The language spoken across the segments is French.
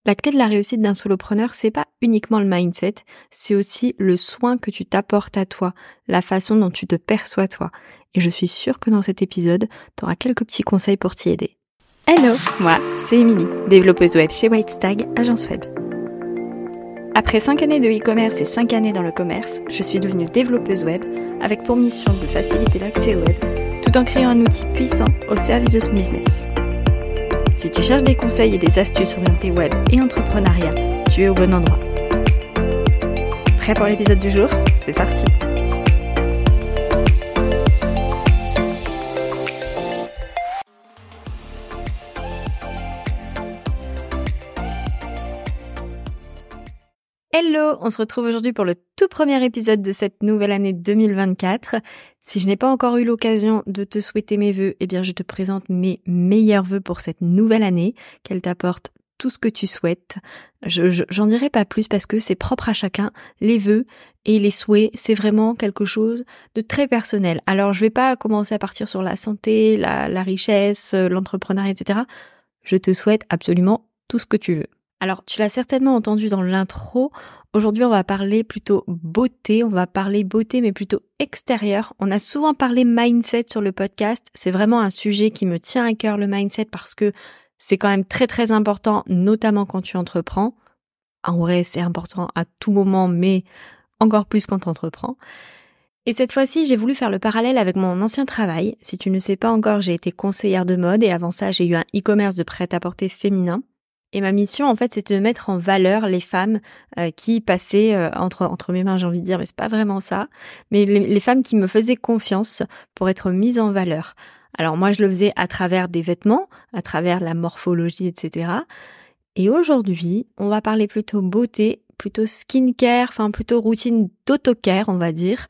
La clé de la réussite d'un solopreneur, c'est pas uniquement le mindset, c'est aussi le soin que tu t'apportes à toi, la façon dont tu te perçois toi. Et je suis sûre que dans cet épisode, tu auras quelques petits conseils pour t'y aider. Hello, moi, c'est Émilie, développeuse web chez Whitestag, agence web. Après 5 années de e-commerce et 5 années dans le commerce, je suis devenue développeuse web avec pour mission de faciliter l'accès au web, tout en créant un outil puissant au service de ton business. Si tu cherches des conseils et des astuces orientées web et entrepreneuriat, tu es au bon endroit. Prêt pour l'épisode du jour ? C'est parti ! Hello, on se retrouve aujourd'hui pour le tout premier épisode de cette nouvelle année 2024. Si je n'ai pas encore eu l'occasion de te souhaiter mes vœux, eh bien je te présente mes meilleurs vœux pour cette nouvelle année, qu'elle t'apporte tout ce que tu souhaites. J'en dirai pas plus parce que c'est propre à chacun. Les vœux et les souhaits, c'est vraiment quelque chose de très personnel. Alors je vais pas commencer à partir sur la santé, la richesse, l'entrepreneuriat, etc. Je te souhaite absolument tout ce que tu veux. Alors, tu l'as certainement entendu dans l'intro, aujourd'hui on va parler plutôt beauté, mais plutôt extérieure. On a souvent parlé mindset sur le podcast, c'est vraiment un sujet qui me tient à cœur, le mindset, parce que c'est quand même très très important, notamment quand tu entreprends. En vrai, c'est important à tout moment, mais encore plus quand tu entreprends. Et cette fois-ci, j'ai voulu faire le parallèle avec mon ancien travail. Si tu ne sais pas encore, j'ai été conseillère de mode et avant ça, j'ai eu un e-commerce de prêt-à-porter féminin. Et ma mission, en fait, c'est de mettre en valeur les femmes qui passaient entre mes mains, j'ai envie de dire, mais c'est pas vraiment ça. Mais les femmes qui me faisaient confiance pour être mises en valeur. Alors moi, je le faisais à travers des vêtements, à travers la morphologie, etc. Et aujourd'hui, on va parler plutôt beauté, plutôt skincare, enfin plutôt routine d'autocare, on va dire,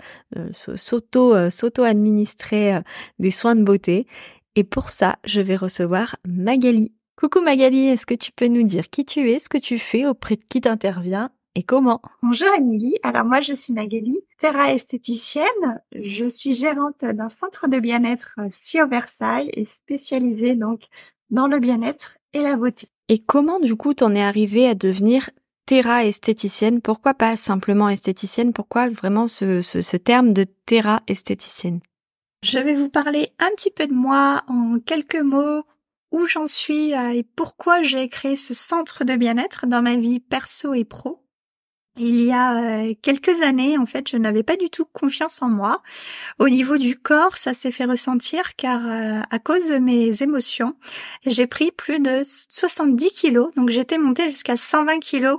s'auto-administrer des soins de beauté. Et pour ça, je vais recevoir Magali. Coucou Magali, est-ce que tu peux nous dire qui tu es, ce que tu fais, auprès de qui t'interviens et comment ? Bonjour Amélie, alors moi je suis Magali, esthéticienne. Je suis gérante d'un centre de bien-être sur Versailles et spécialisée donc dans le bien-être et la beauté. Et comment du coup t'en es arrivée à devenir esthéticienne ? Pourquoi pas simplement esthéticienne ? Pourquoi vraiment ce terme de esthéticienne ? Je vais vous parler un petit peu de moi en quelques mots, où j'en suis et pourquoi j'ai créé ce centre de bien-être dans ma vie perso et pro. Il y a quelques années, en fait, je n'avais pas du tout confiance en moi. Au niveau du corps, ça s'est fait ressentir car à cause de mes émotions, j'ai pris plus de 70 kilos. Donc j'étais montée jusqu'à 120 kilos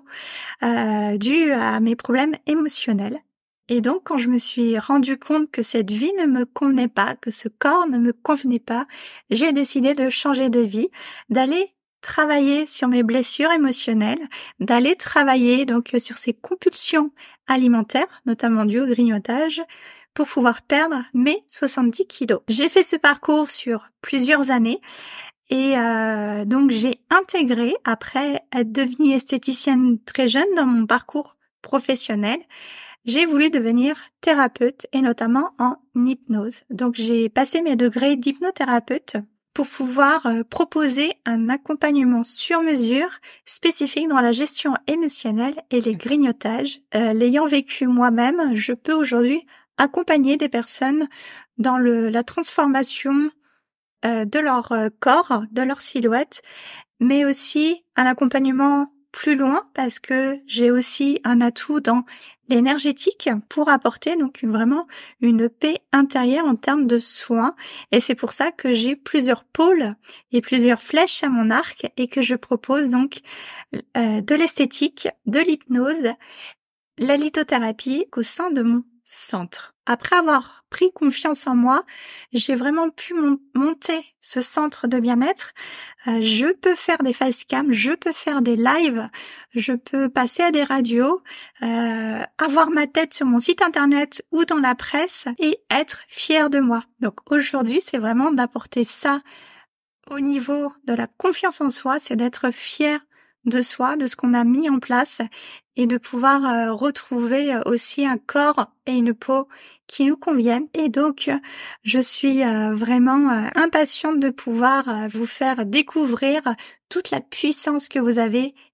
dû à mes problèmes émotionnels. Et donc, quand je me suis rendu compte que cette vie ne me convenait pas, que ce corps ne me convenait pas, j'ai décidé de changer de vie, d'aller travailler sur mes blessures émotionnelles, d'aller travailler donc sur ces compulsions alimentaires, notamment dues au grignotage, pour pouvoir perdre mes 70 kilos. J'ai fait ce parcours sur plusieurs années et donc j'ai intégré, après être devenue esthéticienne très jeune dans mon parcours professionnel, j'ai voulu devenir thérapeute et notamment en hypnose. Donc j'ai passé mes degrés d'hypnothérapeute pour pouvoir proposer un accompagnement sur mesure spécifique dans la gestion émotionnelle et les grignotages. L'ayant vécu moi-même, je peux aujourd'hui accompagner des personnes dans la transformation de leur corps, de leur silhouette, mais aussi un accompagnement plus loin parce que j'ai aussi un atout dans l'énergétique pour apporter donc vraiment une paix intérieure en termes de soins. Et c'est pour ça que j'ai plusieurs pôles et plusieurs flèches à mon arc et que je propose donc de l'esthétique, de l'hypnose, la lithothérapie au sein de mon centre. Après avoir pris confiance en moi, j'ai vraiment pu monter ce centre de bien-être. Je peux faire des facecam, je peux faire des lives, je peux passer à des radios, avoir ma tête sur mon site internet ou dans la presse et être fière de moi. Donc aujourd'hui, c'est vraiment d'apporter ça au niveau de la confiance en soi, c'est d'être fier de soi, de ce qu'on a mis en place et de pouvoir retrouver aussi un corps et une peau qui nous conviennent. Et donc, je suis vraiment impatiente de pouvoir vous faire découvrir toute la puissance que vous avez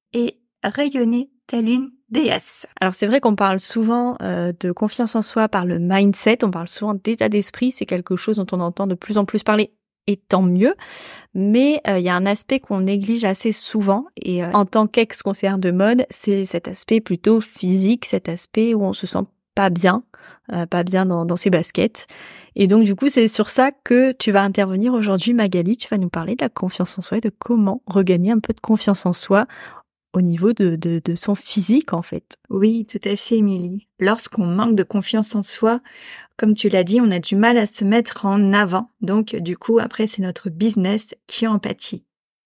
et rayonner telle une déesse. Alors c'est vrai qu'on parle souvent de confiance en soi par le mindset, on parle souvent d'état d'esprit, c'est quelque chose dont on entend de plus en plus parler, et tant mieux, mais il y a un aspect qu'on néglige assez souvent, et en tant qu'ex-conseillère de mode, c'est cet aspect plutôt physique, cet aspect où on se sent pas bien dans ses baskets. Et donc du coup, c'est sur ça que tu vas intervenir aujourd'hui, Magali. Tu vas nous parler de la confiance en soi et de comment regagner un peu de confiance en soi au niveau de son physique, en fait. Oui, tout à fait, Émilie. Lorsqu'on manque de confiance en soi, comme tu l'as dit, on a du mal à se mettre en avant. Donc, du coup, après, c'est notre business qui en pâtit.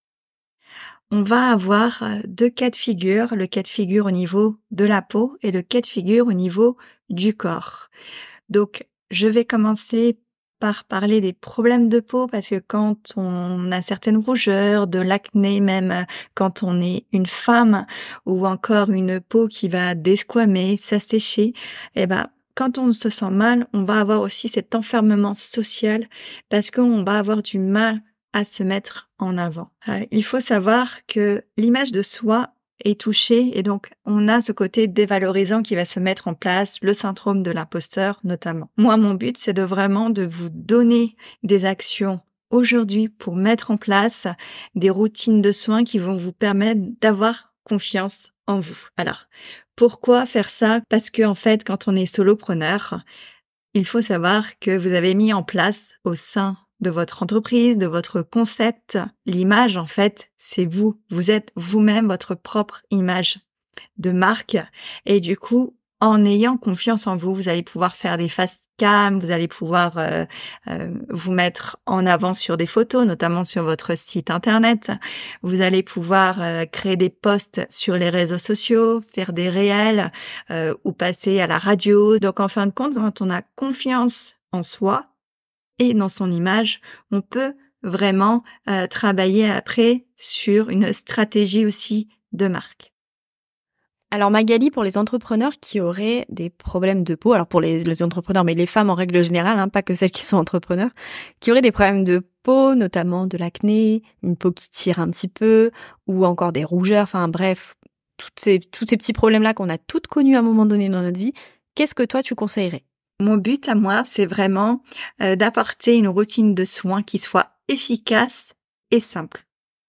On va avoir deux cas de figure, le cas de figure au niveau de la peau et le cas de figure au niveau du corps. Donc, je vais commencer par parler des problèmes de peau parce que quand on a certaines rougeurs, de l'acné même, quand on est une femme ou encore une peau qui va desquamer, s'assécher, eh ben, quand on se sent mal, on va avoir aussi cet enfermement social parce qu'on va avoir du mal à se mettre en avant. Il faut savoir que l'image de soi est touchée et donc on a ce côté dévalorisant qui va se mettre en place, le syndrome de l'imposteur notamment. Moi, mon but, c'est de vraiment de vous donner des actions aujourd'hui pour mettre en place des routines de soins qui vont vous permettre d'avoir confiance en vous. Alors, pourquoi faire ça? Parce que en fait, quand on est solopreneur, il faut savoir que vous avez mis en place au sein de votre entreprise, de votre concept, l'image, en fait, c'est vous. Vous êtes vous-même votre propre image de marque. Et du coup, en ayant confiance en vous, vous allez pouvoir faire des face cam, vous allez pouvoir vous mettre en avant sur des photos, notamment sur votre site internet. Vous allez pouvoir créer des posts sur les réseaux sociaux, faire des réels ou passer à la radio. Donc, en fin de compte, quand on a confiance en soi et dans son image, on peut vraiment travailler après sur une stratégie aussi de marque. Alors Magali, pour les entrepreneurs qui auraient des problèmes de peau, alors pour les entrepreneurs, mais les femmes en règle générale, hein, pas que celles qui sont entrepreneurs, qui auraient des problèmes de peau, notamment de l'acné, une peau qui tire un petit peu, ou encore des rougeurs, enfin bref, tous ces petits problèmes-là qu'on a toutes connus à un moment donné dans notre vie, qu'est-ce que toi tu conseillerais? Mon but à moi, c'est vraiment d'apporter une routine de soins qui soit efficace et simple.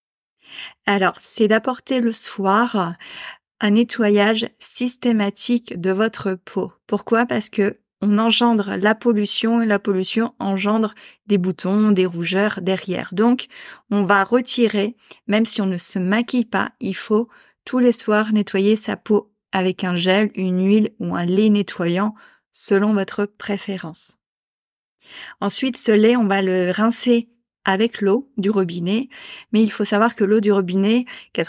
Alors, c'est d'apporter le soir un nettoyage systématique de votre peau. Pourquoi? Parce que on engendre la pollution et la pollution engendre des boutons, des rougeurs derrière. Donc, on va retirer, même si on ne se maquille pas, il faut tous les soirs nettoyer sa peau avec un gel, une huile ou un lait nettoyant selon votre préférence. Ensuite, ce lait, on va le rincer avec l'eau du robinet, mais il faut savoir que l'eau du robinet,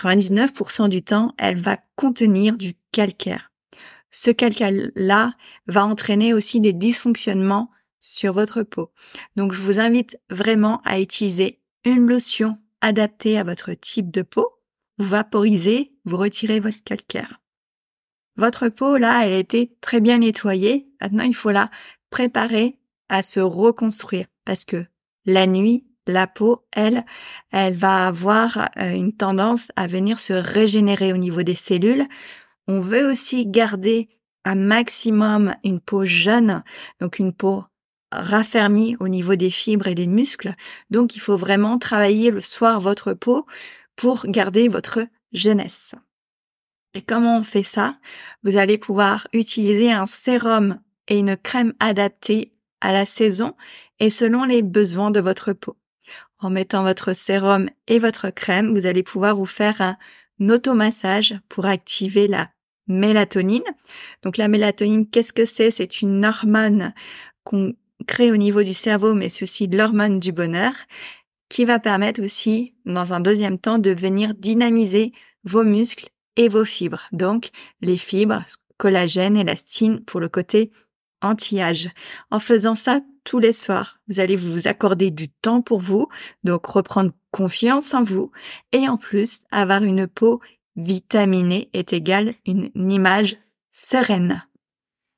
99% du temps, elle va contenir du calcaire. Ce calcaire-là va entraîner aussi des dysfonctionnements sur votre peau. Donc, je vous invite vraiment à utiliser une lotion adaptée à votre type de peau. Vous vaporisez, vous retirez votre calcaire. Votre peau, là, elle a été très bien nettoyée. Maintenant, il faut la préparer à se reconstruire parce que la nuit, la peau, elle va avoir une tendance à venir se régénérer au niveau des cellules. On veut aussi garder un maximum une peau jeune, donc une peau raffermie au niveau des fibres et des muscles. Donc, il faut vraiment travailler le soir votre peau pour garder votre jeunesse. Et comment on fait ça? Vous allez pouvoir utiliser un sérum et une crème adaptée à la saison et selon les besoins de votre peau. En mettant votre sérum et votre crème, vous allez pouvoir vous faire un automassage pour activer la mélatonine. Donc la mélatonine, qu'est-ce que c'est? C'est une hormone qu'on crée au niveau du cerveau, mais c'est aussi l'hormone du bonheur qui va permettre aussi, dans un deuxième temps, de venir dynamiser vos muscles et vos fibres. Donc, les fibres, collagène, élastine pour le côté anti-âge. En faisant ça tous les soirs, vous allez vous accorder du temps pour vous, donc reprendre confiance en vous et en plus, avoir une peau vitaminée est égale une image sereine.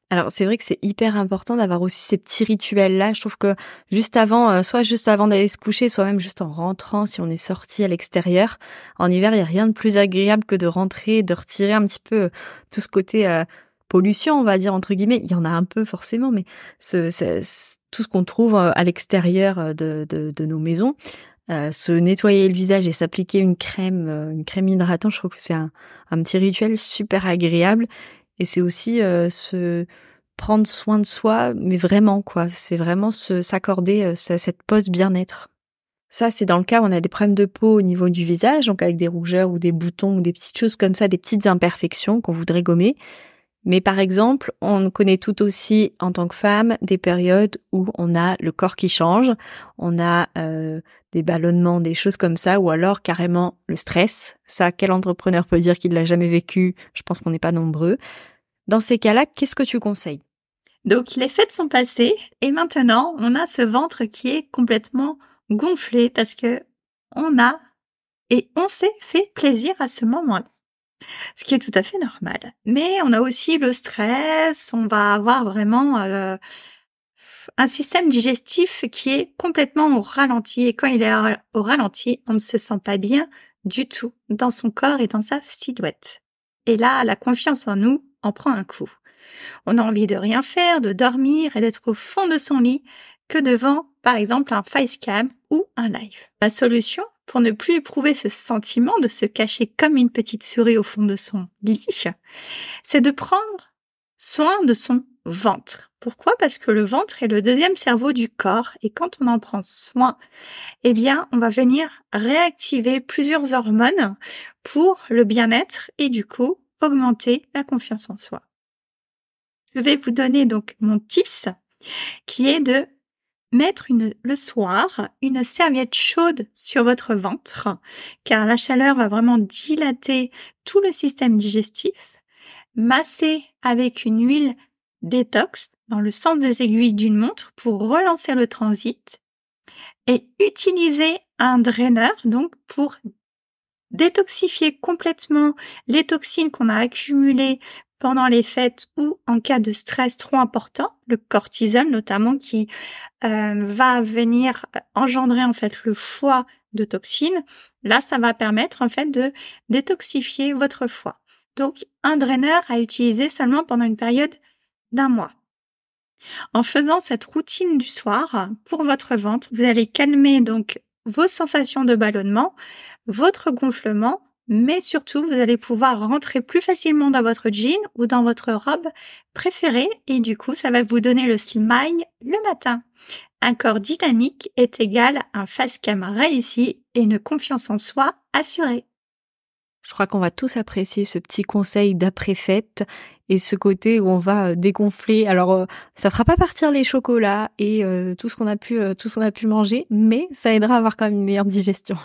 Alors c'est vrai que c'est hyper important d'avoir aussi ces petits rituels-là. Je trouve que juste avant, soit juste avant d'aller se coucher, soit même juste en rentrant, si on est sorti à l'extérieur. En hiver, il y a rien de plus agréable que de rentrer, de retirer un petit peu tout ce côté pollution, on va dire entre guillemets. Il y en a un peu forcément, mais tout ce qu'on trouve à l'extérieur de nos maisons. Se nettoyer le visage et s'appliquer une crème hydratante, je trouve que c'est un petit rituel super agréable. Et c'est aussi se prendre soin de soi, mais vraiment quoi. C'est vraiment s'accorder cette pause bien-être. Ça, c'est dans le cas où on a des problèmes de peau au niveau du visage, donc avec des rougeurs ou des boutons ou des petites choses comme ça, des petites imperfections qu'on voudrait gommer. Mais par exemple, on connaît tout aussi en tant que femme des périodes où on a le corps qui change, on a des ballonnements, des choses comme ça, ou alors carrément le stress. Ça, quel entrepreneur peut dire qu'il l'a jamais vécu? Je pense qu'on n'est pas nombreux. Dans ces cas-là, qu'est-ce que tu conseilles? Donc les fêtes sont passées et maintenant on a ce ventre qui est complètement gonflé parce que on s'est fait plaisir à ce moment-là. Ce qui est tout à fait normal. Mais on a aussi le stress, on va avoir vraiment un système digestif qui est complètement au ralenti. Et quand il est au ralenti, on ne se sent pas bien du tout dans son corps et dans sa silhouette. Et là, la confiance en nous en prend un coup. On a envie de rien faire, de dormir et d'être au fond de son lit que devant, par exemple, un facecam ou un live. La solution, pour ne plus éprouver ce sentiment de se cacher comme une petite souris au fond de son lit, c'est de prendre soin de son ventre. Pourquoi? Parce que le ventre est le deuxième cerveau du corps et quand on en prend soin, eh bien, on va venir réactiver plusieurs hormones pour le bien-être et du coup, augmenter la confiance en soi. Je vais vous donner donc mon tips qui est de mettre le soir une serviette chaude sur votre ventre car la chaleur va vraiment dilater tout le système digestif. Masser avec une huile détox dans le sens des aiguilles d'une montre pour relancer le transit et utiliser un draineur donc pour détoxifier complètement les toxines qu'on a accumulées pendant les fêtes ou en cas de stress trop important, le cortisol notamment qui va venir engendrer en fait le foie de toxines. Là, ça va permettre en fait de détoxifier votre foie. Donc, un draineur à utiliser seulement pendant une période d'1 mois. En faisant cette routine du soir pour votre ventre, vous allez calmer donc vos sensations de ballonnement, votre gonflement, mais surtout vous allez pouvoir rentrer plus facilement dans votre jean ou dans votre robe préférée et du coup ça va vous donner le smile le matin. Un corps dynamique est égal à un facecam réussi et une confiance en soi assurée. Je crois qu'on va tous apprécier ce petit conseil d'après-fête et ce côté où on va dégonfler. Alors, ça fera pas partir les chocolats et tout ce qu'on a pu manger, mais ça aidera à avoir quand même une meilleure digestion.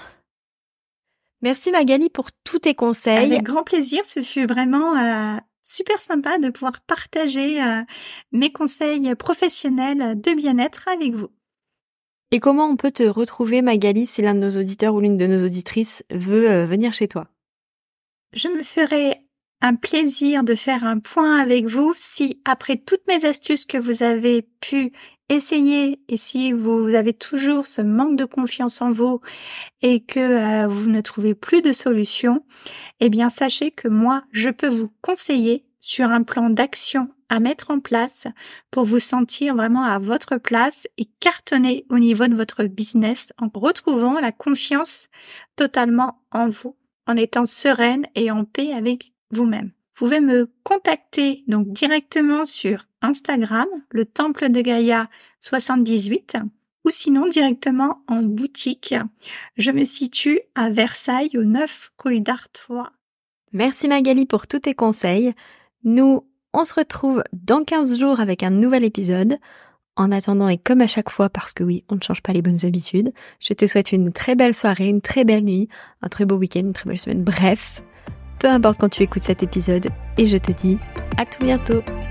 Merci Magali pour tous tes conseils. Avec grand plaisir, ce fut vraiment super sympa de pouvoir partager mes conseils professionnels de bien-être avec vous. Et comment on peut te retrouver Magali si l'un de nos auditeurs ou l'une de nos auditrices veut venir chez toi? Je me ferai un plaisir de faire un point avec vous si, après toutes mes astuces que vous avez pu essayer et si vous avez toujours ce manque de confiance en vous et que vous ne trouvez plus de solution, eh bien sachez que moi, je peux vous conseiller sur un plan d'action à mettre en place pour vous sentir vraiment à votre place et cartonner au niveau de votre business en retrouvant la confiance totalement en vous, en étant sereine et en paix avec vous-même. Vous pouvez me contacter donc directement sur Instagram, le Temple de Gaïa 78, ou sinon directement en boutique. Je me situe à Versailles, au 9 rue d'Artois. Merci Magali pour tous tes conseils. Nous, on se retrouve dans 15 jours avec un nouvel épisode. En attendant, et comme à chaque fois, parce que oui, on ne change pas les bonnes habitudes, je te souhaite une très belle soirée, une très belle nuit, un très beau week-end, une très belle semaine. Bref, peu importe quand tu écoutes cet épisode, et je te dis à tout bientôt.